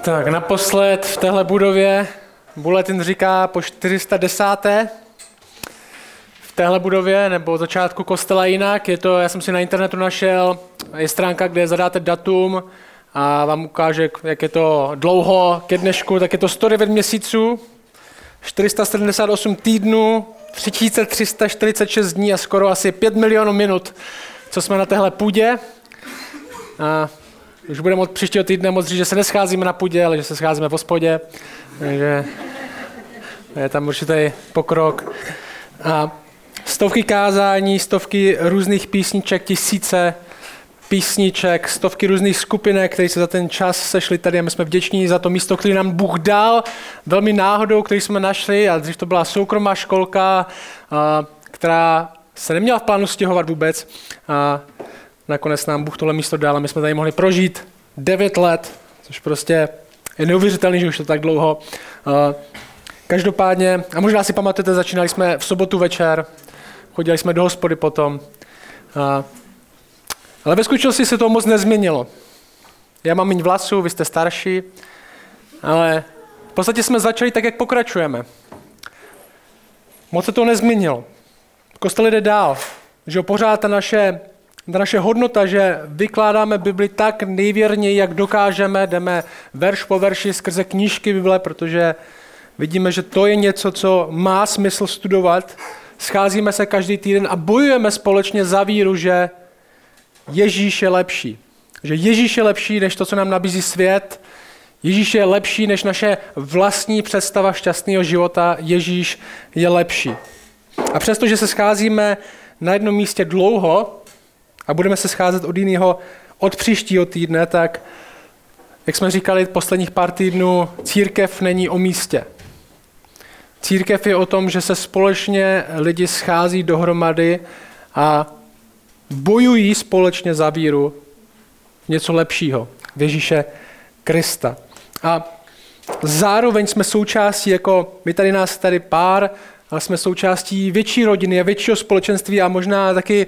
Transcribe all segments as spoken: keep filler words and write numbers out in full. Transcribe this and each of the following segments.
Tak naposled v téhle budově, bulletin říká po čtyři sta desáté v téhle budově, nebo začátku kostela jinak, je to, já jsem si na internetu našel, je stránka, kde zadáte datum a vám ukáže, jak je to dlouho ke dnešku, tak je to sto devět měsíců, čtyři sta sedmdesát osm týdnů, tři tisíce tři sta čtyřicet šest dní a skoro asi pět milionů minut, co jsme na téhle půdě. A už budeme od příštího týdne moc říct, že se nescházíme na půdě, ale že se scházíme v hospodě. Takže je tam určitý pokrok. A stovky kázání, stovky různých písniček, tisíce písniček, stovky různých skupinek, které se za ten čas sešly tady a my jsme vděční za to místo, které nám Bůh dal, velmi náhodou, který jsme našli, a dřív to byla soukromá školka, která se neměla v plánu stěhovat vůbec. A nakonec nám Bůh tohle místo dal a my jsme tady mohli prožít devět let, což prostě je neuvěřitelný, že už to tak dlouho. Každopádně, a možná si pamatujete, začínali jsme v sobotu večer, chodili jsme do hospody potom, ale ve skutečnosti se to moc nezměnilo. Já mám méně vlasů, vy jste starší, ale v podstatě jsme začali tak, jak pokračujeme. Moc se to nezměnilo. Kostel jde dál, že pořád ta naše Ta naše hodnota, že vykládáme Bibli tak nejvěrněji, jak dokážeme, jdeme verš po verši skrze knížky Bible, protože vidíme, že to je něco, co má smysl studovat. Scházíme se každý týden a bojujeme společně za víru, že Ježíš je lepší. Že Ježíš je lepší, než to, co nám nabízí svět. Ježíš je lepší, než naše vlastní představa šťastného života. Ježíš je lepší. A přesto, že se scházíme na jednom místě dlouho, a budeme se scházet od jiného, od příštího týdne, tak, jak jsme říkali posledních pár týdnů, církev není o místě. Církev je o tom, že se společně lidi schází dohromady a bojují společně za víru něco lepšího, v Ježíše Krista. A zároveň jsme součástí, jako my tady nás tady pár, ale jsme součástí větší rodiny a většího společenství a možná taky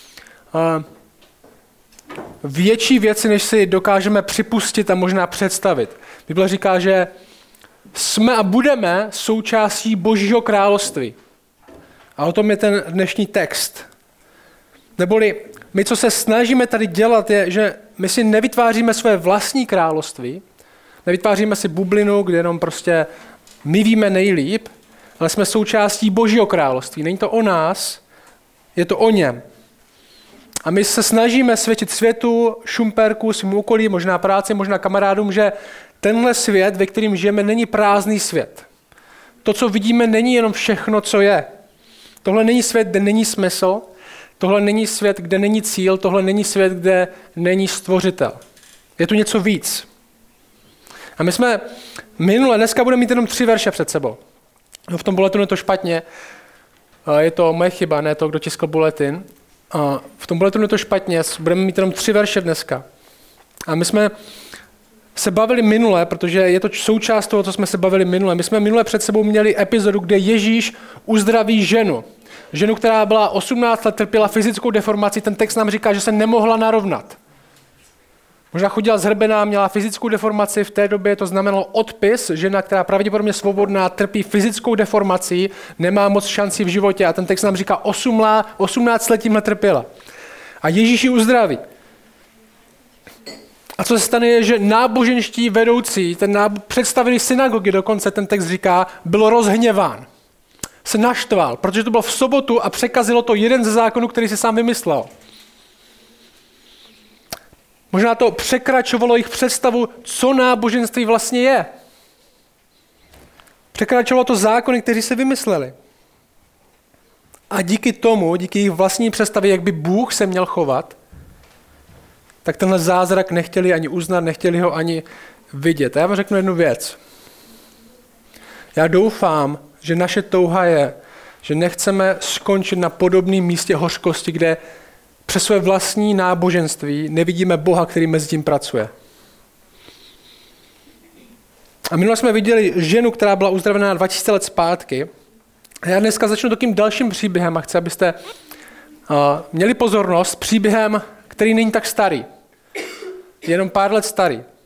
větší věci, než si dokážeme připustit a možná představit. Bible říká, že jsme a budeme součástí Božího království. A o tom je ten dnešní text. Neboli my, co se snažíme tady dělat, je, že my si nevytváříme své vlastní království, nevytváříme si bublinu, kde jenom prostě my víme nejlíp, ale jsme součástí Božího království. Není to o nás, je to o něm. A my se snažíme svědčit světu, Šumperku, svým okolí, možná práci, možná kamarádům, že tenhle svět, ve kterém žijeme, není prázdný svět. To, co vidíme, není jenom všechno, co je. Tohle není svět, kde není smysl, tohle není svět, kde není cíl, tohle není svět, kde není stvořitel. Je tu něco víc. A my jsme minule, dneska budeme mít jenom tři verše před sebou. No, v tom bulletinu je to špatně, je to moje chyba, ne to, kdo tiskl bulletin. A v tom bulletinu je to špatně, budeme mít jenom tři verše dneska. A my jsme se bavili minule, protože je to součást toho, co jsme se bavili minule. My jsme minule před sebou měli epizodu, kde Ježíš uzdraví ženu. Ženu, která byla osmnáct let, trpěla fyzickou deformací. Ten text nám říká, že se nemohla narovnat. Možná chodila zhrbená, měla fyzickou deformaci, v té době to znamenalo odpis, žena, která pravděpodobně svobodná, trpí fyzickou deformací, nemá moc šancí v životě a ten text nám říká, osmnáct let tímhle trpěla. A Ježíš ji uzdraví. A co se stane je, že náboženští vedoucí, ten náb- představený synagogy dokonce, ten text říká, byl rozhněván. Se naštval, protože to bylo v sobotu a překazilo to jeden ze zákonů, který si sám vymyslel. Možná to překračovalo jejich představu, co náboženství vlastně je. Překračovalo to zákony, kteří se vymysleli. A díky tomu, díky jejich vlastní představě, jak by Bůh se měl chovat, tak tenhle zázrak nechtěli ani uznat, nechtěli ho ani vidět. A já vám řeknu jednu věc. Já doufám, že naše touha je, že nechceme skončit na podobném místě hořkosti, kde přes své vlastní náboženství nevidíme Boha, který mezi tím pracuje. A minule jsme viděli ženu, která byla uzdravená dva tisíce let zpátky. A já dneska začnu takým dalším příběhem a chci, abyste uh, měli pozornost, příběhem, který není tak starý. Je jenom pár let starý.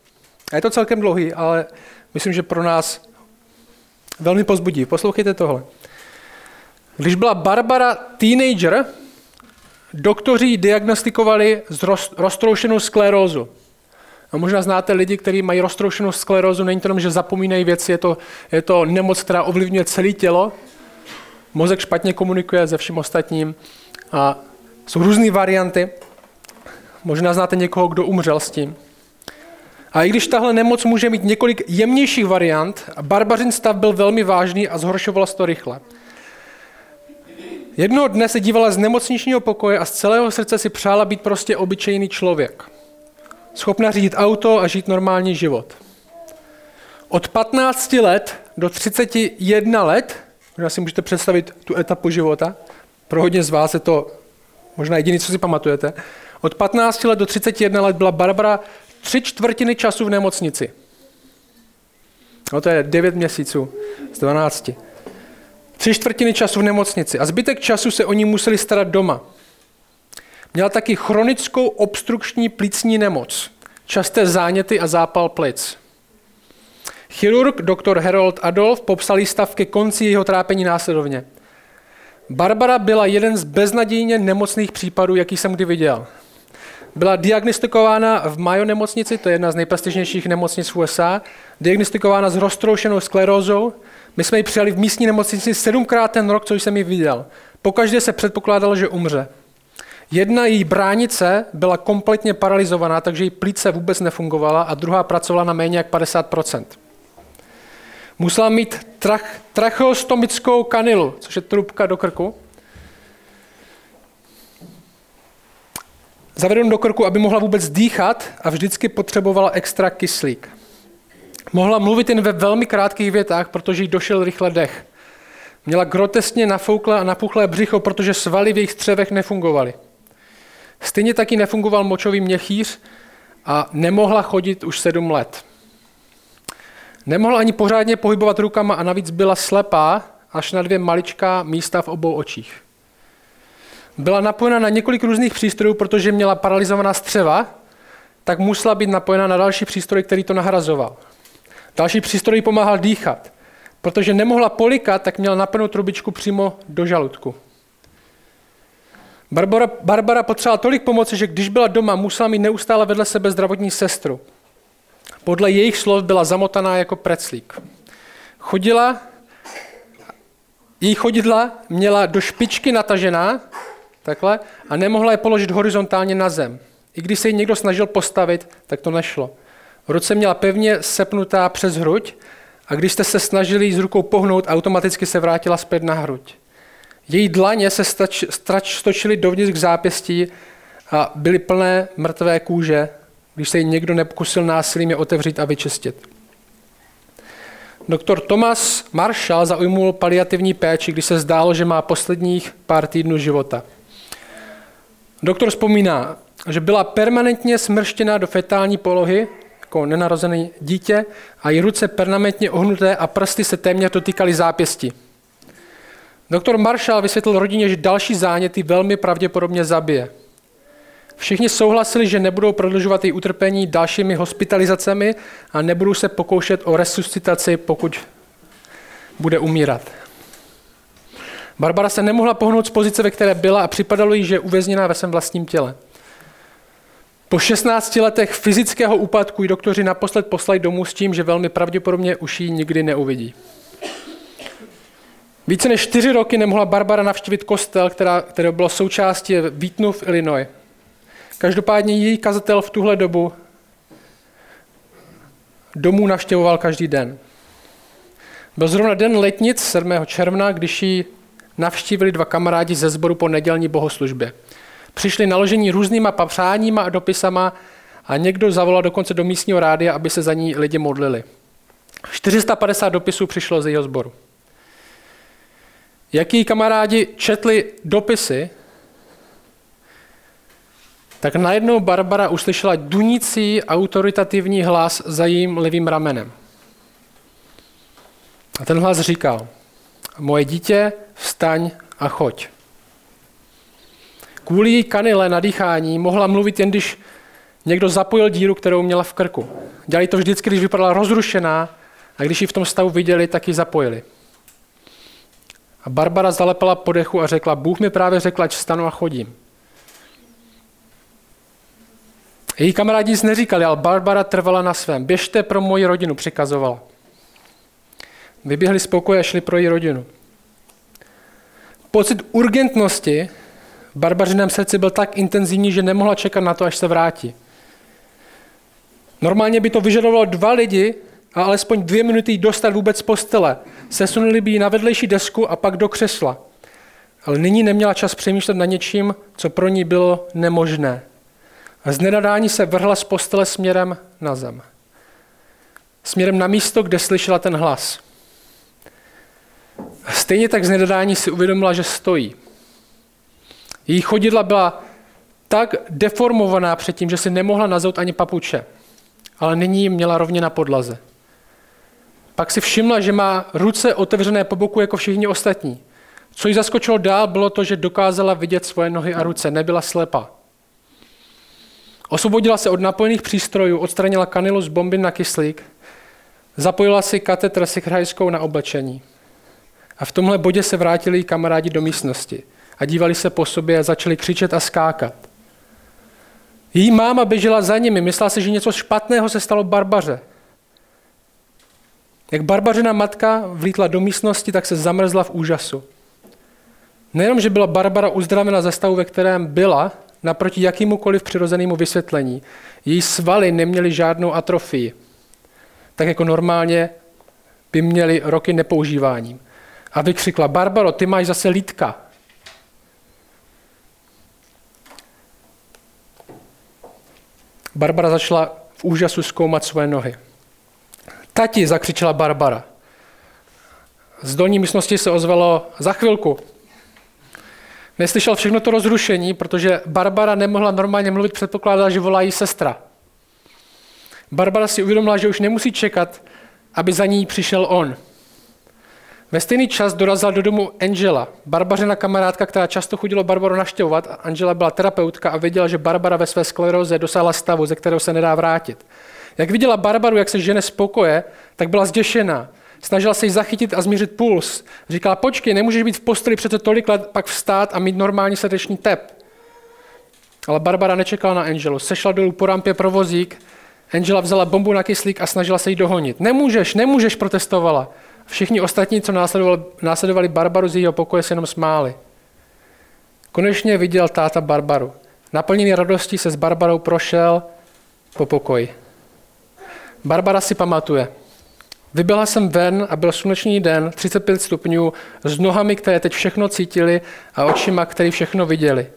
A je to celkem dlouhý, ale myslím, že pro nás velmi povzbudí. Poslouchejte tohle. Když byla Barbara teenager, doktoři ji diagnostikovali z roz, roztroušenou sklerózu. A možná znáte lidi, kteří mají roztroušenou sklerózu, není to jenom, že zapomínají věci, je to, je to nemoc, která ovlivňuje celé tělo. Mozek špatně komunikuje se vším ostatním a jsou různé varianty. Možná znáte někoho, kdo umřel s tím. A i když tahle nemoc může mít několik jemnějších variant, Barbařin stav byl velmi vážný a zhoršoval se to rychle. Jednoho dne se dívala z nemocničního pokoje a z celého srdce si přála být prostě obyčejný člověk. Schopna řídit auto a žít normální život. Od patnácti let do třiceti jednoho let, možná si můžete představit tu etapu života, pro hodně z vás je to možná jediné, co si pamatujete, od patnácti let do třiceti jednoho let byla Barbara tři čtvrtiny času v nemocnici. No to je devět měsíců z dvanácti. Tři čtvrtiny času v nemocnici a zbytek času se o ní museli starat doma. Měla taky chronickou obstrukční plicní nemoc, časté záněty a zápal plic. Chirurg doktor Harold Adolf popsal jí stav ke konci jeho trápení následovně. Barbara byla jeden z beznadějně nemocných případů, jaký jsem kdy viděl. Byla diagnostikována v Mayo nemocnici, to je jedna z nejprestižnějších nemocnic v U S A, diagnostikována s roztroušenou sklerózou. My jsme ji přijali v místní nemocnici sedmkrát ten rok, co jsem ji viděl. Pokaždé se předpokládalo, že umře. Jedna její bránice byla kompletně paralizovaná, takže její plíce vůbec nefungovala a druhá pracovala na méně jak padesát procent. Musela mít trach, tracheostomickou kanilu, což je trubka do krku. Zavedenou do krku, aby mohla vůbec dýchat a vždycky potřebovala extra kyslík. Mohla mluvit jen ve velmi krátkých větách, protože jí došel rychle dech. Měla groteskně nafouklé a napuchlé břicho, protože svaly v jejich střevech nefungovaly. Stejně taky nefungoval močový měchýř a nemohla chodit už sedm let. Nemohla ani pořádně pohybovat rukama a navíc byla slepá až na dvě maličká místa v obou očích. Byla napojena na několik různých přístrojů, protože měla paralizovaná střeva, tak musela být napojena na další přístroj, který to nahrazoval. Další přístroj jí pomáhal dýchat. Protože nemohla polikat, tak měla napojenou trubičku přímo do žaludku. Barbara, Barbara potřebovala tolik pomoci, že když byla doma, musela mít neustále vedle sebe zdravotní sestru. Podle jejich slov byla zamotaná jako preclík. Chodila, její chodidla měla do špičky natažená, takhle, a nemohla je položit horizontálně na zem. I když se jí někdo snažil postavit, tak to nešlo. Ruce měla pevně sepnutá přes hruď a když jste se snažili jí s rukou pohnout, automaticky se vrátila zpět na hruď. Její dlaně se stač, strač, stočily dovnitř k zápěstí a byly plné mrtvé kůže, když se jí někdo nepokusil násilím je otevřít a vyčistit. Doktor Thomas Marshall zaujmul paliativní péči, když se zdálo, že má posledních pár týdnů života. Doktor vzpomíná, že byla permanentně smrštěná do fetální polohy, jako nenarozené dítě, a její ruce permanentně ohnuté a prsty se téměř dotýkaly zápěstí. Doktor Marshall vysvětlil rodině, že další záněty velmi pravděpodobně zabije. Všichni souhlasili, že nebudou prodlužovat její utrpení dalšími hospitalizacemi a nebudou se pokoušet o resuscitaci, pokud bude umírat. Barbara se nemohla pohnout z pozice, ve které byla, a připadalo jí, že je uvězněná ve svém vlastním těle. Po šestnácti letech fyzického úpadku ji doktoři naposled poslali domů s tím, že velmi pravděpodobně už ji nikdy neuvidí. Více než čtyři roky nemohla Barbara navštívit kostel, která, který byl součástí Wheatonu v Illinois. Každopádně její kazatel v tuhle dobu domů navštěvoval každý den. Byl zrovna den letnic sedmého června, když ji navštívili dva kamarádi ze sboru po nedělní bohoslužbě. Přišli naložení různýma přáníma a dopisama a někdo zavolal dokonce do místního rádia, aby se za ní lidi modlili. čtyři sta padesát dopisů přišlo z jejího sboru. Jak její kamarádi četli dopisy, tak najednou Barbara uslyšela dunící autoritativní hlas za jejím levým ramenem. A ten hlas říkal: moje dítě, vstaň a choď. Kvůli její kanile na dýchání mohla mluvit jen když někdo zapojil díru, kterou měla v krku. Dělali to vždycky, když vypadala rozrušená a když ji v tom stavu viděli, tak ji zapojili. A Barbara zalepala po dechu a řekla, Bůh mi právě řekl, ať vstanu a chodím. Její kamarádi nic neříkali, ale Barbara trvala na svém. Běžte pro moji rodinu, přikazovala. Vyběhli z pokoje a šli pro její rodinu. Pocit urgentnosti v Barbařiném srdci byl tak intenzivní, že nemohla čekat na to, až se vrátí. Normálně by to vyžadovalo dva lidi a alespoň dvě minuty jí dostat vůbec z postele. Sesunuli by ji na vedlejší desku a pak do křesla. Ale nyní neměla čas přemýšlet nad něčím, co pro ní bylo nemožné. A z nenadání se vrhla z postele směrem na zem. Směrem na místo, kde slyšela ten hlas. A stejně tak z nenadání si uvědomila, že stojí. Její chodidla byla tak deformovaná předtím, že si nemohla nazout ani papuče. Ale nyní ji měla rovně na podlaze. Pak si všimla, že má ruce otevřené po boku jako všichni ostatní. Co jí zaskočilo dál, bylo to, že dokázala vidět svoje nohy a ruce, nebyla slepá. Osvobodila se od napojených přístrojů, odstranila kanilu z bomby na kyslík, zapojila si katetr sikrhajskou na oblečení. A v tomhle bodě se vrátili kamarádi do místnosti a dívali se po sobě a začali křičet a skákat. Její máma běžela za nimi, myslela si, že něco špatného se stalo Barbaře. Jak Barbařina matka vlítla do místnosti, tak se zamrzla v úžasu. Nejenom, že byla Barbara uzdravena ze stavu, ve kterém byla, naproti jakýmukoliv přirozenému vysvětlení. Její svaly neměly žádnou atrofii. Tak jako normálně by měly roky nepoužíváním. A vykřikla, Barbaro, ty máš zase lítka. Barbara začala v úžasu zkoumat svoje nohy. Tati, zakřičela Barbara. Z dolní místnosti se ozvalo za chvilku. Neslyšel všechno to rozrušení, protože Barbara nemohla normálně mluvit, předpokládala, že volá jí sestra. Barbara si uvědomila, že už nemusí čekat, aby za ní přišel on. Ve stejný čas dorazila do domu Angela, Barbařina kamarádka, která často chodila Barbaru navštěvovat. Angela byla terapeutka a věděla, že Barbara ve své skleróze dosáhla stavu, ze kterého se nedá vrátit. Jak viděla Barbaru, jak se žene z pokoje, tak byla zděšená. Snažila se jí zachytit a zmířit puls. Říkala, počkej, nemůžeš být v posteli přece tolik let, pak vstát a mít normální srdeční tep. Ale Barbara nečekala na Angelu. Sešla dolů po rampě pro vozík. Angela vzala bombu na kyslík a snažila se jí dohonit. Nemůžeš, nemůžeš, protestovala. Všichni ostatní, co následovali, následovali Barbaru z jejího pokoje, se jenom smáli. Konečně viděl táta Barbaru. Naplněný radostí se s Barbarou prošel po pokoji. Barbara si pamatuje. Vyběhla jsem ven a byl slunečný den, třicet pět stupňů, s nohami, které teď všechno cítili a očima, které všechno viděli.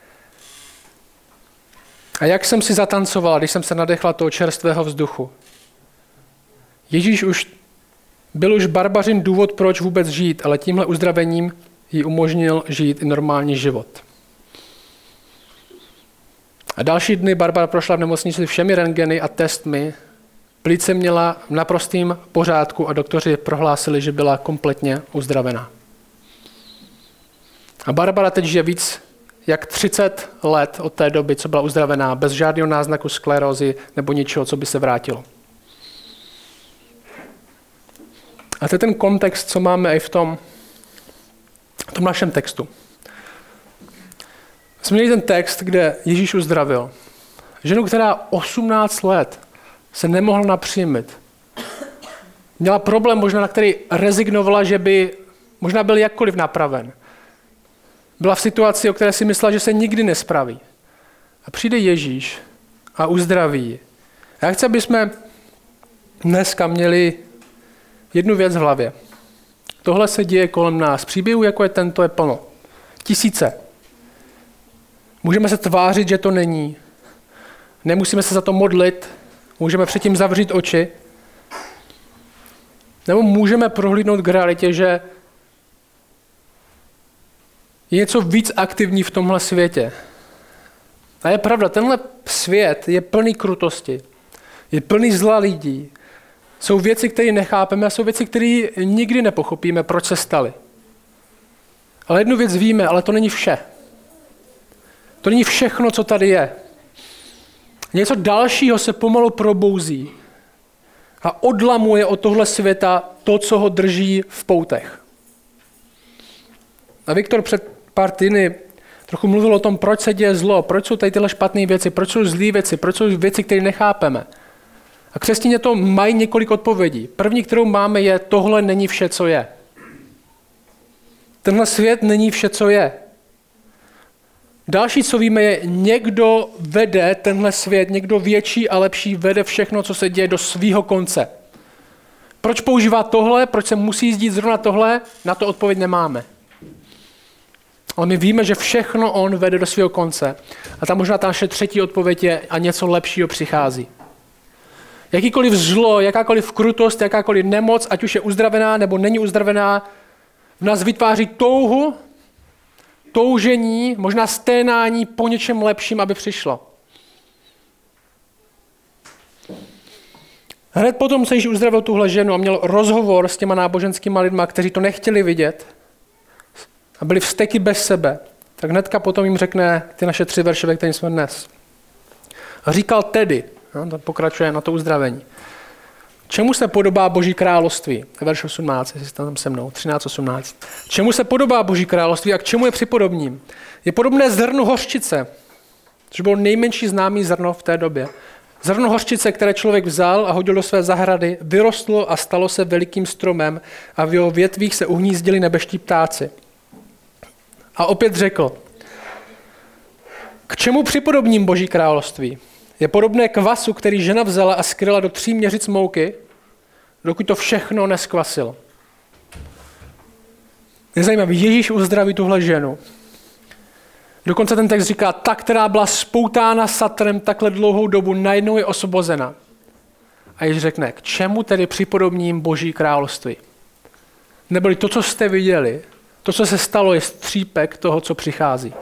A jak jsem si zatancovala, když jsem se nadechla toho čerstvého vzduchu. Ježíš už byl už Barbařin důvod, proč vůbec žít, ale tímhle uzdravením jí umožnil žít i normální život. A další dny Barbara prošla v nemocnici všemi rentgeny a testmi. Plíce měla v naprostém pořádku a doktoři prohlásili, že byla kompletně uzdravená. A Barbara teď žije víc jak třicet let od té doby, co byla uzdravená, bez žádného náznaku sklerózy nebo ničeho, co by se vrátilo. A to je ten kontext, co máme i v tom, v tom našem textu. Jsme měli ten text, kde Ježíš uzdravil ženu, která osmnáct let se nemohla napřímit. Měla problém možná, na který rezignovala, že by možná byl jakkoliv napraven. Byla v situaci, o které si myslela, že se nikdy nespraví. A přijde Ježíš a uzdraví ji. A já chci, aby jsme dneska měli jednu věc v hlavě. Tohle se děje kolem nás. Příběhů, jako je tento, je plno. Tisíce. Můžeme se tvářit, že to není. Nemusíme se za to modlit. Můžeme předtím zavřít oči. Nebo můžeme prohlídnout k realitě, že je něco víc aktivní v tomhle světě. A je pravda, tenhle svět je plný krutosti. Je plný zla lidí. Jsou věci, které nechápeme a jsou věci, které nikdy nepochopíme, proč se staly. Ale jednu věc víme, ale to není vše. To není všechno, co tady je. Něco dalšího se pomalu probouzí a odlamuje od tohle světa to, co ho drží v poutech. A Viktor před pár týdny trochu mluvil o tom, proč se děje zlo, proč jsou tady tyhle špatné věci, proč jsou zlé věci, proč jsou věci, které nechápeme. A křesťané to mají několik odpovědí. První, kterou máme, je, tohle není vše, co je. Tenhle svět není vše, co je. Další, co víme, je, někdo vede tenhle svět, někdo větší a lepší vede všechno, co se děje, do svýho konce. Proč používá tohle, proč se musí jízdit zrovna tohle, na to odpověď nemáme. Ale my víme, že všechno on vede do svého konce. A tam možná ta naše třetí odpověď je, a něco lepšího přichází. Jakýkoliv zlo, jakákoliv krutost, jakákoliv nemoc, ať už je uzdravená nebo není uzdravená, v nás vytváří touhu, toužení, možná sténání po něčem lepším, aby přišlo. Hned potom se již uzdravil tuhle ženu a měl rozhovor s těma náboženskýma lidma, kteří to nechtěli vidět a byli vzteky bez sebe. Tak hnedka potom jim řekne ty naše tři verše, ve kterých jsme dnes. A říkal tedy, no, to pokračuje na to uzdravení, čemu se podobá Boží království? Verš osmnáct, jestli jste tam se mnou, třináct osmnáct. Čemu se podobá Boží království a k čemu je připodobním? Je podobné zrnu hořčice, což bylo nejmenší známý zrno v té době. Zrno hořčice, které člověk vzal a hodil do své zahrady, vyrostlo a stalo se velikým stromem a v jeho větvích se uhnízdili nebeští ptáci. A opět řekl, k čemu připodobním Boží království? Je podobné kvasu, který žena vzala a skryla do tří měřic mouky, dokud to všechno neskvasilo. Je zajímavé, Ježíš uzdraví tuhle ženu. Dokonce ten text říká, ta, která byla spoutána satrem takhle dlouhou dobu, najednou je osvobozena. A Ježíš řekne, k čemu tedy připodobním Boží království? Neboli to, co jste viděli, to, co se stalo, je střípek toho, co přichází.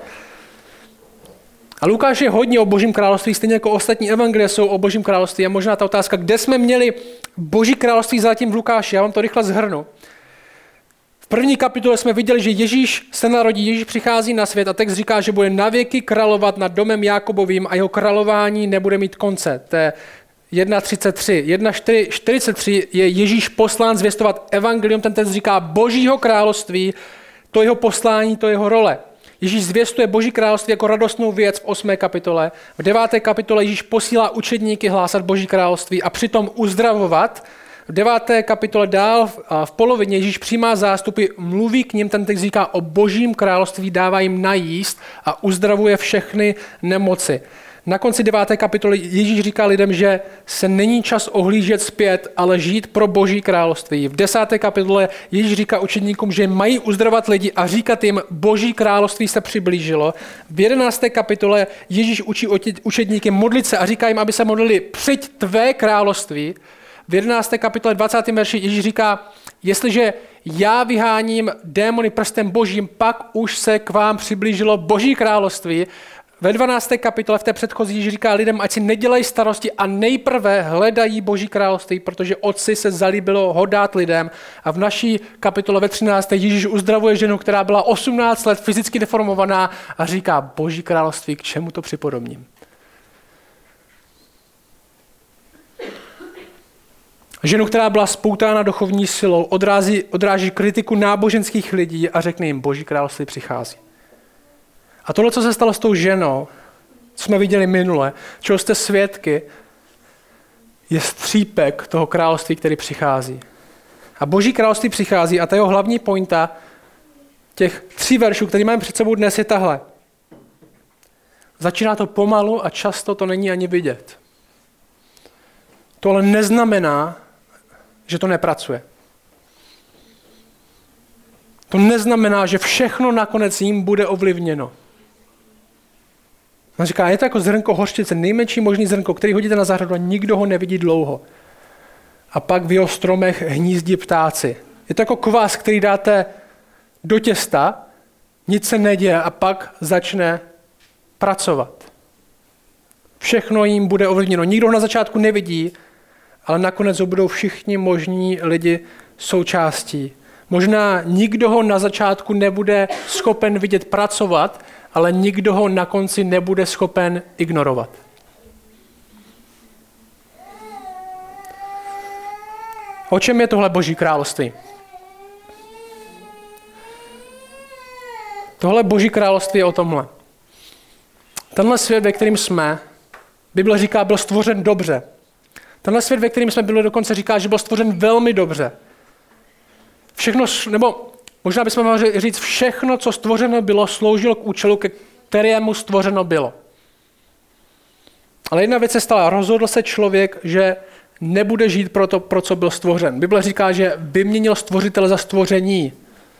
A Lukáš je hodně o Božím království, stejně jako ostatní evangelie jsou o Božím království. A možná ta otázka, kde jsme měli Boží království zatím v Lukáši, já vám to rychle shrnu. V první kapitole jsme viděli, že Ježíš se narodí, Ježíš přichází na svět a text říká, že bude navěky královat nad domem Jákobovým a jeho králování nebude mít konce. To je jedna třicet tři. jedna čtyřicet tři je Ježíš poslán zvěstovat evangelium, ten text říká Božího království, to jeho poslání, to jeho role. Ježíš zvěstuje Boží království jako radostnou věc v osmé kapitole. V deváté kapitole Ježíš posílá učedníky hlásat Boží království a přitom uzdravovat. V deváté kapitole dál v polovině Ježíš přijímá zástupy, mluví k nim, ten text říká o Božím království, dává jim najíst a uzdravuje všechny nemoci. Na konci deváté kapitoly Ježíš říká lidem, že se není čas ohlížet zpět, ale žít pro Boží království. V desáté kapitole Ježíš říká učedníkům, že mají uzdravovat lidi a říkat jim, Boží království se přiblížilo. V jedenácté kapitole Ježíš učí učedníky modlit se a říká jim, aby se modlili, přijď tvé království. V jedenácté kapitole dvacátém verši Ježíš říká, jestliže já vyháním démony prstem Božím, pak už se k vám přiblížilo Boží království. Ve dvanácté kapitole v té předchozí Ježíš říká lidem, ať si nedělají starosti a nejprve hledají Boží království, protože otci se zalíbilo ho dát lidem. A v naší kapitole ve třinácté Ježíš uzdravuje ženu, která byla osmnáct let fyzicky deformovaná a říká, Boží království, k čemu to připodobním? Ženu, která byla spoutána duchovní silou, odrází, odráží kritiku náboženských lidí a řekne jim, Boží království přichází. A tohle, co se stalo s tou ženou, co jsme viděli minule, čeho jste svědky, je střípek toho království, který přichází. A Boží království přichází a ta jeho hlavní pointa těch tří veršů, který máme před sebou dnes, je tahle. Začíná to pomalu a často to není ani vidět. To ale neznamená, že to nepracuje. To neznamená, že všechno nakonec jim bude ovlivněno. On říká, je to jako zrnko hořčice, nejmenší možný zrnko, který hodíte na zahradu a nikdo ho nevidí dlouho. A pak v jeho stromech hnízdí ptáci. Je to jako kvas, který dáte do těsta, nic se neděje a pak začne pracovat. Všechno jim bude ovlivněno. Nikdo ho na začátku nevidí, ale nakonec ho budou všichni možní lidi součástí. Možná nikdo ho na začátku nebude schopen vidět pracovat, ale nikdo ho na konci nebude schopen ignorovat. O čem je tohle Boží království? Tohle Boží království je o tomhle. Tenhle svět, ve kterým jsme, Bible říká, byl stvořen dobře. Tenhle svět, ve kterým jsme byli, dokonce říká, že byl stvořen velmi dobře. Všechno, nebo možná bychom mohli říct, všechno, co stvořeno bylo, sloužilo k účelu, ke kterému stvořeno bylo. Ale jedna věc se stala. Rozhodl se člověk, že nebude žít pro to, pro co byl stvořen. Bible říká, že vyměnil stvořitel za stvoření.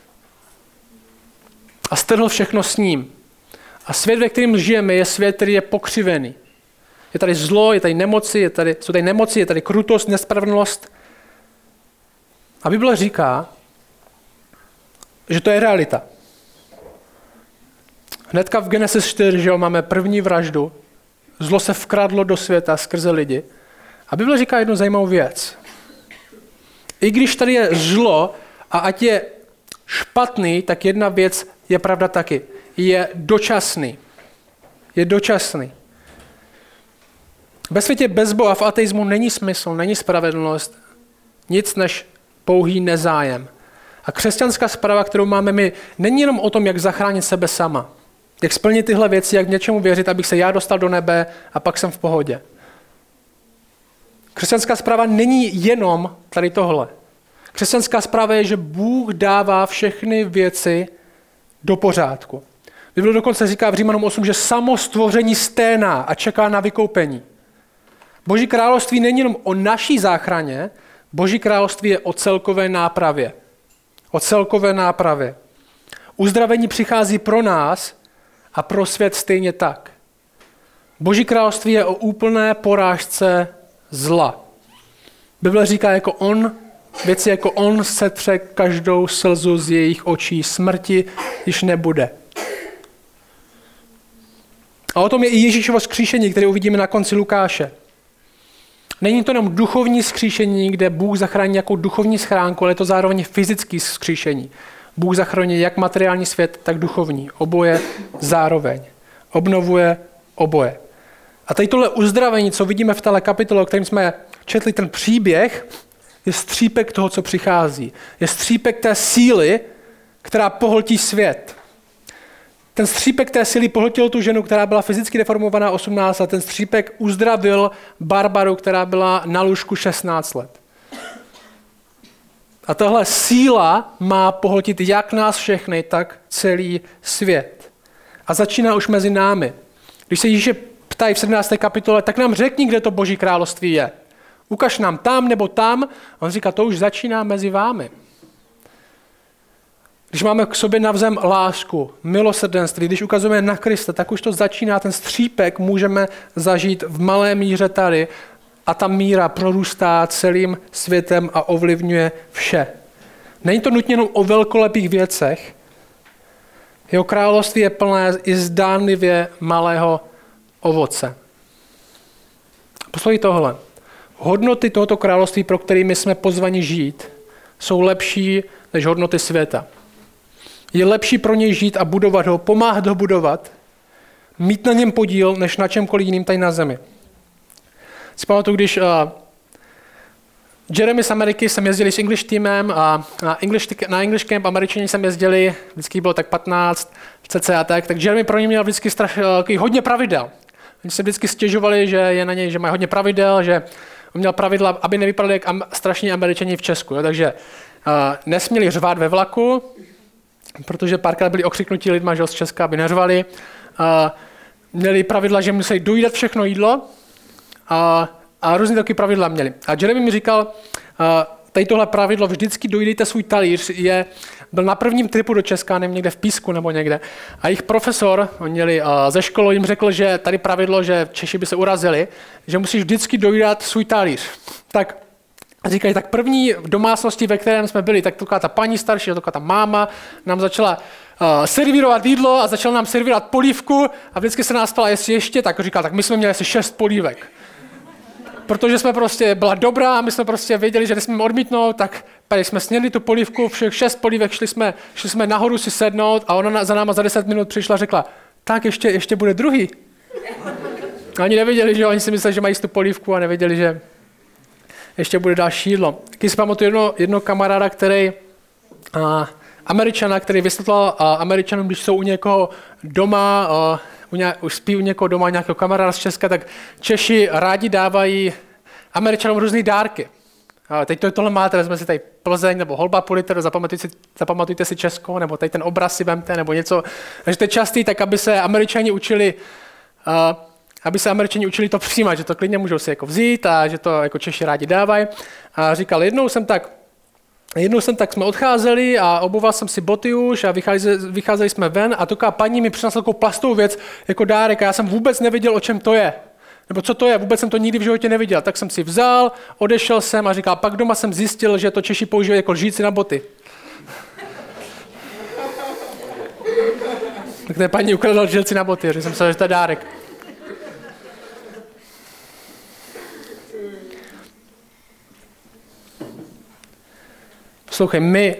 A strhl všechno s ním. A svět, ve kterém žijeme, je svět, který je pokřivený. Je tady zlo, je tady nemoci, je tady, jsou tady nemoci, je tady krutost, nespravedlnost. A Bible říká, že to je realita. Hnedka v Genesis čtyři, že jo, máme první vraždu. Zlo se vkradlo do světa skrze lidi. A Bible říká jednu zajímavou věc. I když tady je zlo a ať je špatný, tak jedna věc je pravda taky. Je dočasný. Je dočasný. Ve světě bez Boha v ateismu není smysl, není spravedlnost, nic než pouhý nezájem. A křesťanská zpráva, kterou máme my, není jenom o tom, jak zachránit sebe sama. Jak splnit tyhle věci, jak něčemu věřit, abych se já dostal do nebe a pak jsem v pohodě. Křesťanská zpráva není jenom tady tohle. Křesťanská zpráva je, že Bůh dává všechny věci do pořádku. Bible dokonce říká v Římanům osm, že samo stvoření sténá a čeká na vykoupení. Boží království není jenom o naší záchraně, Boží království je o celkové nápravě. O celkové nápravě. Uzdravení přichází pro nás a pro svět stejně tak. Boží království je o úplné porážce zla. Bible říká, jako on, věci jako on setře každou slzu z jejich očí, smrti již nebude. A o tom je i Ježíšovo vzkříšení, které uvidíme na konci Lukáše. Není to jenom duchovní vzkříšení, kde Bůh zachrání nějakou duchovní schránku, ale je to zároveň fyzické vzkříšení. Bůh zachrání jak materiální svět, tak duchovní. Oboje zároveň. Obnovuje oboje. A tady tohle uzdravení, co vidíme v téhle kapitole, o kterém jsme četli ten příběh, je střípek toho, co přichází. Je střípek té síly, která pohltí svět. Ten střípek té síly pohltil tu ženu, která byla fyzicky deformovaná osmnáct let. Ten střípek uzdravil Barbaru, která byla na lůžku šestnáct let. A tahle síla má pohltit jak nás všechny, tak celý svět. A začíná už mezi námi. Když se Ježíše ptají v sedmnácté kapitole, tak nám řekni, kde to Boží království je. Ukaž nám tam nebo tam. A on říká, to už začíná mezi vámi. Když máme k sobě navzájem lásku, milosrdenství, když ukazujeme na Krista, tak už to začíná, ten střípek můžeme zažít v malé míře tady a ta míra prorůstá celým světem a ovlivňuje vše. Není to nutně jenom o velkolepých věcech. Jeho království je plné i zdánlivě malého ovoce. Poslouchej tohle. Hodnoty tohoto království, pro kterými jsme pozvani žít, jsou lepší než hodnoty světa. Je lepší pro něj žít a budovat ho, pomáhat ho budovat, mít na něm podíl, než na čemkoliv jiným tady na zemi. Si pamatuju, když uh, Jeremy z Ameriky jsem jezdili s English týmem a na English, na English Camp Američani jsem jezdili, vždycky bylo tak patnáct, cca tak, tak Jeremy pro ně měl vždycky straš, uh, hodně pravidel. Oni se vždycky stěžovali, že je na něj, že mají hodně pravidel, že on měl pravidla, aby nevypadali jak am, strašní Američani v Česku. Jo? Takže uh, nesměli řvát ve vlaku, protože párkrát byli okřiknutí lidma, že z Česka, aby neřvali. A měli pravidla, že museli dojídat všechno jídlo a, a různé taky pravidla měli. A Jeremy mi říkal, a tady tohle pravidlo, vždycky dojídejte svůj talíř, je, byl na prvním tripu do Česka, nevím, někde v Písku nebo někde. A jejich profesor, oni měli a, ze školy, jim řekl, že tady pravidlo, že Češi by se urazili, že musíš vždycky dojídat svůj talíř. Tak a říkají, tak první v domácnosti, ve kterém jsme byli, tak taková ta paní starší, taková ta máma nám začala uh, servírovat jídlo a začala nám servírovat polívku a vždycky se nás ptala, jestli ještě, tak říkal, tak my jsme měli asi šest polívek. Protože jsme prostě, byla dobrá a my jsme prostě věděli, že nesmíme odmítnout, tak tady jsme snědli tu polívku, všech šest polívek, šli jsme, šli jsme nahoru si sednout a ona za náma za deset minut přišla a řekla, tak ještě, ještě bude druhý. A oni nevěděli, že oni si mysleli, že mají tu polívku a nevěděli, že ještě bude další jídlo. Taky si pamatuju jedno, jedno kamaráda, který, a, Američana, který vysvětloval Američanům, když jsou u někoho doma, a, u ně, už spí u někoho doma nějakého kamaráda z Česka, tak Češi rádi dávají Američanům různé dárky. A teď to, tohle máte, vezme si tady Plzeň nebo holba půl litr, zapamatujte si, zapamatujte si Česko, nebo tady ten obraz si vemte, nebo něco. Takže to je častý, tak aby se Američani učili, uh, aby se Američani učili to přijímat, že to klidně můžou si jako vzít a že to jako Češi rádi dávají. A říkal, jednou jsem tak, jednou jsem tak jsme odcházeli a obuval jsem si boty už a vycházeli, vycházeli jsme ven a taková paní mi přinesla takovou plastovou věc jako dárek a já jsem vůbec nevěděl, o čem to je. Nebo co to je, vůbec jsem to nikdy v životě neviděl. Tak jsem si vzal, odešel jsem a říkal, pak doma jsem zjistil, že to Češi používají jako lžíci na boty. Tak té paní ukradla lžíci na boty, že jsem myslel, že to je dárek. Poslouchej, my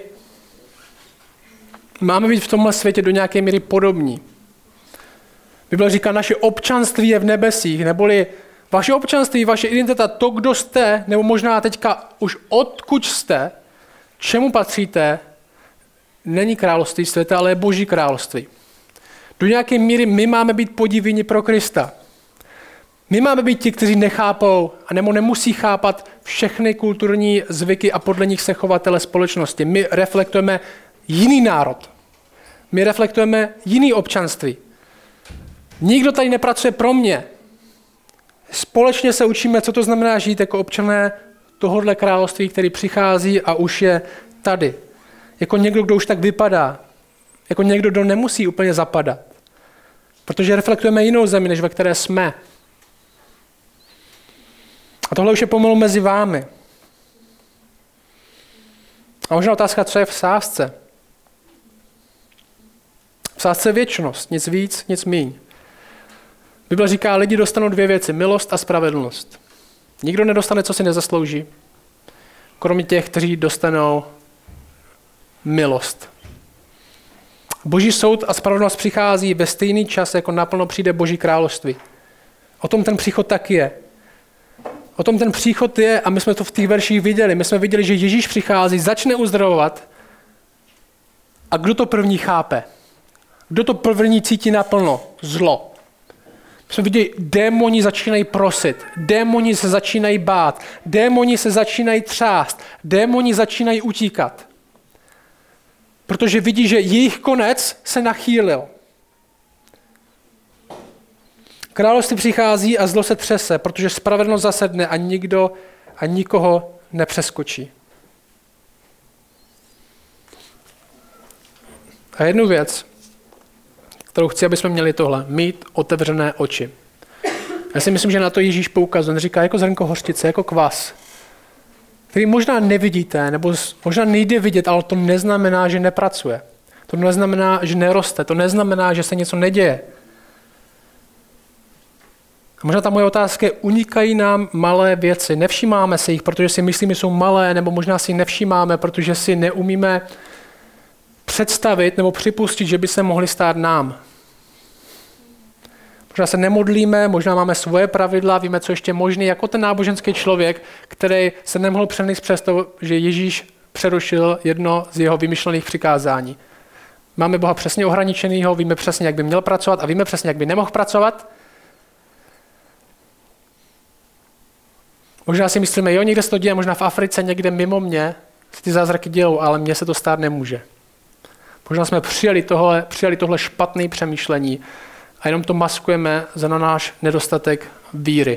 máme být v tomhle světě do nějaké míry podobní. Bible říká, naše občanství je v nebesích, neboli vaše občanství, vaše identita, to, kdo jste, nebo možná teďka už odkud jste, čemu patříte, není království světa, ale je Boží království. Do nějaké míry my máme být podivíni pro Krista. My máme být ti, kteří nechápou a nebo nemusí chápat všechny kulturní zvyky a podle nich se chovatele společnosti. My reflektujeme jiný národ. My reflektujeme jiný občanství. Nikdo tady nepracuje pro mě. Společně se učíme, co to znamená žít jako občané tohohle království, který přichází a už je tady. Jako někdo, kdo už tak vypadá. Jako někdo, kdo nemusí úplně zapadat. Protože reflektujeme jinou zemi, než ve které jsme. A tohle už je pomalu mezi vámi. A možná otázka, co je v sázce. V sázce je věčnost, nic víc, nic míň. Bible říká, lidi dostanou dvě věci, milost a spravedlnost. Nikdo nedostane, co si nezaslouží, kromě těch, kteří dostanou milost. Boží soud a spravedlnost přichází ve stejný čas, jako naplno přijde Boží království. O tom ten příchod tak je. O tom ten příchod je a my jsme to v těch verších viděli. My jsme viděli, že Ježíš přichází, začne uzdravovat a kdo to první chápe? Kdo to první cítí naplno? Zlo. My jsme viděli, démoni začínají prosit, démoni se začínají bát, démoni se začínají třást, démoni začínají utíkat. Protože vidí, že jejich konec se nachýlil. Království přichází a zlo se třese, protože spravedlnost zasedne a nikdo a nikoho nepřeskočí. A jednu věc, kterou chci, aby jsme měli tohle, mít otevřené oči. Já si myslím, že na to Ježíš poukazuje. On říká jako zrnko hořčice, jako kvas, který možná nevidíte, nebo možná nejde vidět, ale to neznamená, že nepracuje. To neznamená, že neroste. To neznamená, že se něco neděje. A možná ta moje otázka je, unikají nám malé věci. Nevšímáme si jich, protože si myslíme, že jsou malé, nebo možná si nevšímáme, protože si neumíme představit nebo připustit, že by se mohli stát nám. Možná se nemodlíme, možná máme svoje pravidla, víme, co ještě možné, jako ten náboženský člověk, který se nemohl přenést přes to, že Ježíš přerušil jedno z jeho vymyšlených přikázání. Máme Boha přesně ohraničenýho, víme přesně, jak by měl pracovat a víme přesně, jak by nemohl pracovat. Možná si myslíme, jo, někde se to děje, možná v Africe, někde mimo mě se ty zázraky dějou, ale mně se to stát nemůže. Možná jsme přijali tohle, přijali tohle špatné přemýšlení a jenom to maskujeme za na náš nedostatek víry.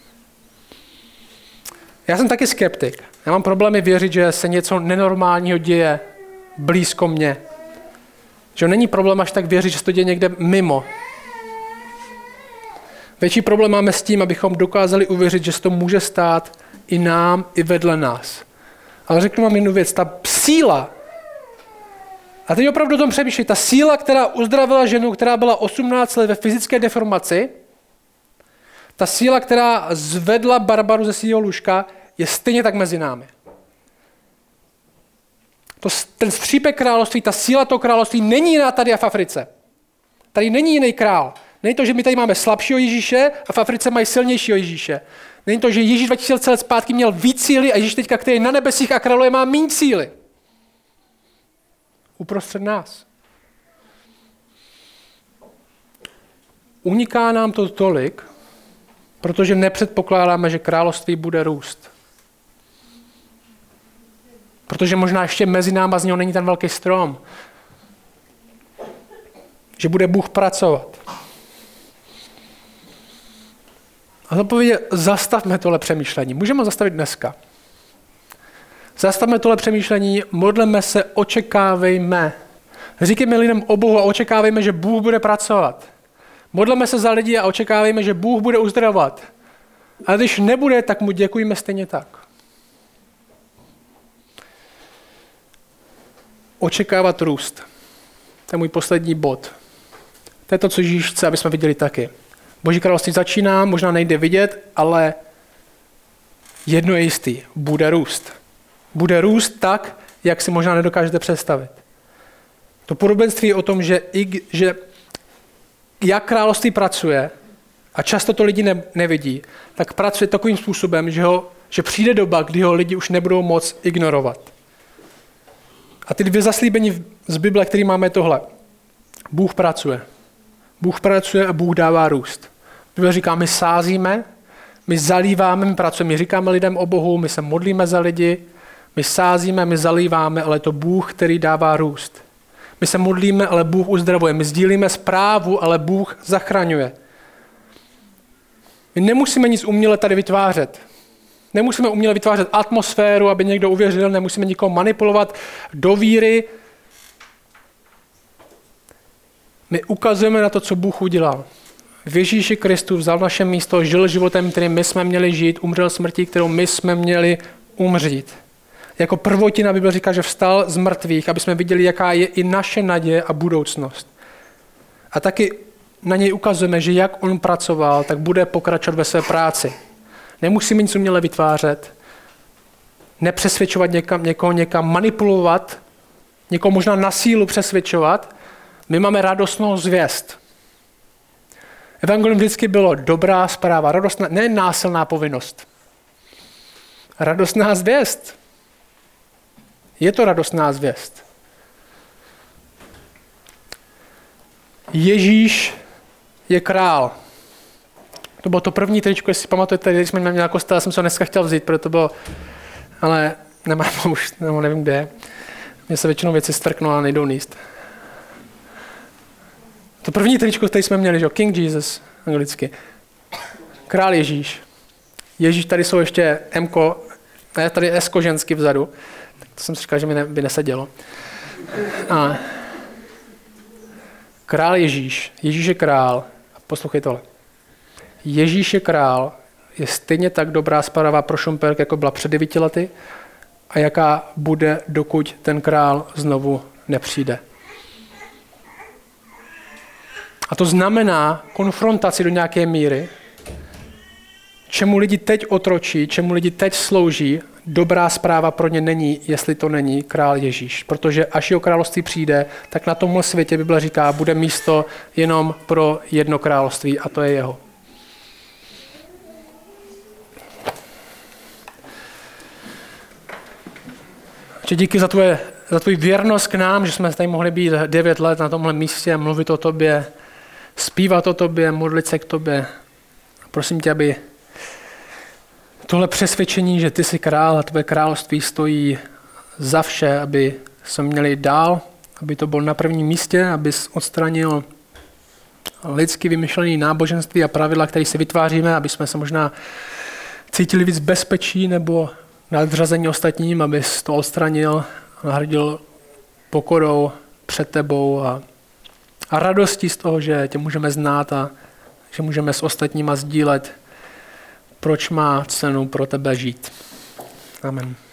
Já jsem taky skeptik. Já mám problémy věřit, že se něco nenormálního děje blízko mě. Že není problém až tak věřit, že se to děje někde mimo. Větší problém máme s tím, abychom dokázali uvěřit, že se to může stát i nám, i vedle nás. Ale řeknu vám jednu věc, ta síla, a teď opravdu o tom přemýšlej, ta síla, která uzdravila ženu, která byla osmnáct let ve fyzické deformaci, ta síla, která zvedla Barbaru ze svého lůžka, je stejně tak mezi námi. To, ten střípek království, ta síla toho království není jiná tady a v Africe. Tady není jiný král. Není to, že my tady máme slabšího Ježíše a v Africe mají silnějšího Ježíše. Není to, že Ježíš dva tisíce let zpátky měl víc síly a Ježíš teďka, který je na nebesích a králuje, má méně síly. Uprostřed nás. Uniká nám to tolik, protože nepředpokládáme, že království bude růst. Protože možná ještě mezi náma z něho není ten velký strom. Že bude Bůh pracovat. A to povědět, zastavme tohle přemýšlení. Můžeme zastavit dneska. Zastavme tohle přemýšlení, modleme se, očekávejme. Říkejme lidem o Bohu a očekávejme, že Bůh bude pracovat. Modleme se za lidi a očekávejme, že Bůh bude uzdravovat. A když nebude, tak mu děkujeme stejně tak. Očekávat růst. To je můj poslední bod. To je to, co Ježíš chce, aby jsme viděli taky. Boží království začíná, možná nejde vidět, ale jedno je jistý. Bude růst. Bude růst tak, jak si možná nedokážete představit. To podobenství je o tom, že, i, že jak království pracuje, a často to lidi ne, nevidí, tak pracuje takovým způsobem, že, ho, že přijde doba, kdy ho lidi už nebudou moc ignorovat. A ty dvě zaslíbení z Bible, které máme, tohle. Bůh pracuje. Bůh pracuje a Bůh dává růst. Bible říká, my sázíme, my zalíváme, my pracujeme, my říkáme lidem o Bohu, my se modlíme za lidi, my sázíme, my zalíváme, ale je to Bůh, který dává růst. My se modlíme, ale Bůh uzdravuje. My sdílíme zprávu, ale Bůh zachraňuje. My nemusíme nic uměle tady vytvářet. Nemusíme uměle vytvářet atmosféru, aby někdo uvěřil, nemusíme nikoho manipulovat do víry. My ukazujeme na to, co Bůh udělal. V Ježíši Kristu vzal naše místo, žil životem, kterým my jsme měli žít, umřel smrtí, kterou my jsme měli umřít. Jako prvotina Bible říká, že vstal z mrtvých, aby jsme viděli, jaká je i naše naděje a budoucnost. A taky na něj ukazujeme, že jak on pracoval, tak bude pokračovat ve své práci. Nemusíme nic uměle vytvářet, nepřesvědčovat někam, někoho někam, manipulovat, někoho možná na sílu přesvědčovat. My máme radostnou zvěst. Evangelium vždycky bylo dobrá zpráva, radostná, ne násilná povinnost. Radostná zvěst. Je to radostná zvěst. Ježíš je král. To bylo to první tričko, jestli pamatujete, když jsme měli na kostele, jsem se ho dneska chtěl vzít, protože to bylo, ale nemám už, nebo nevím kde. Mně se většinou věci strknou a nejdou níst. To první tričko, který jsme měli, že? King Jesus, anglicky. Král Ježíš. Ježíš, tady jsou ještě M-ko, ne, tady je S-ko ženský vzadu. Tak to jsem si říkal, že mi ne, by nesedělo. A král Ježíš. Ježíš je král. A poslouchej tohle. Ježíš je král, je stejně tak dobrá zpráva pro Šumperk, jako byla před devíti lety a jaká bude, dokud ten král znovu nepřijde. A to znamená konfrontaci do nějaké míry, čemu lidi teď otročí, čemu lidi teď slouží, dobrá zpráva pro ně není, jestli to není král Ježíš. Protože až jeho království přijde, tak na tomhle světě Bible říká, bude místo jenom pro jedno království a to je jeho. Díky za, tvoje, za tvůj věrnost k nám, že jsme tady mohli být devět let na tomhle místě, mluvit o tobě, zpívat o tobě, modlit se k tobě. Prosím tě, aby tohle přesvědčení, že ty jsi král a tvoje království stojí za vše, aby jsme měli dál, aby to bylo na prvním místě, abys odstranil lidsky vymyšlené náboženství a pravidla, které si vytváříme, aby jsme se možná cítili víc bezpečí nebo nadřazení ostatním, abys to odstranil, nahradil pokorou před tebou a, a radostí z toho, že tě můžeme znát a že můžeme s ostatníma sdílet, proč má cenu pro tebe žít. Amen.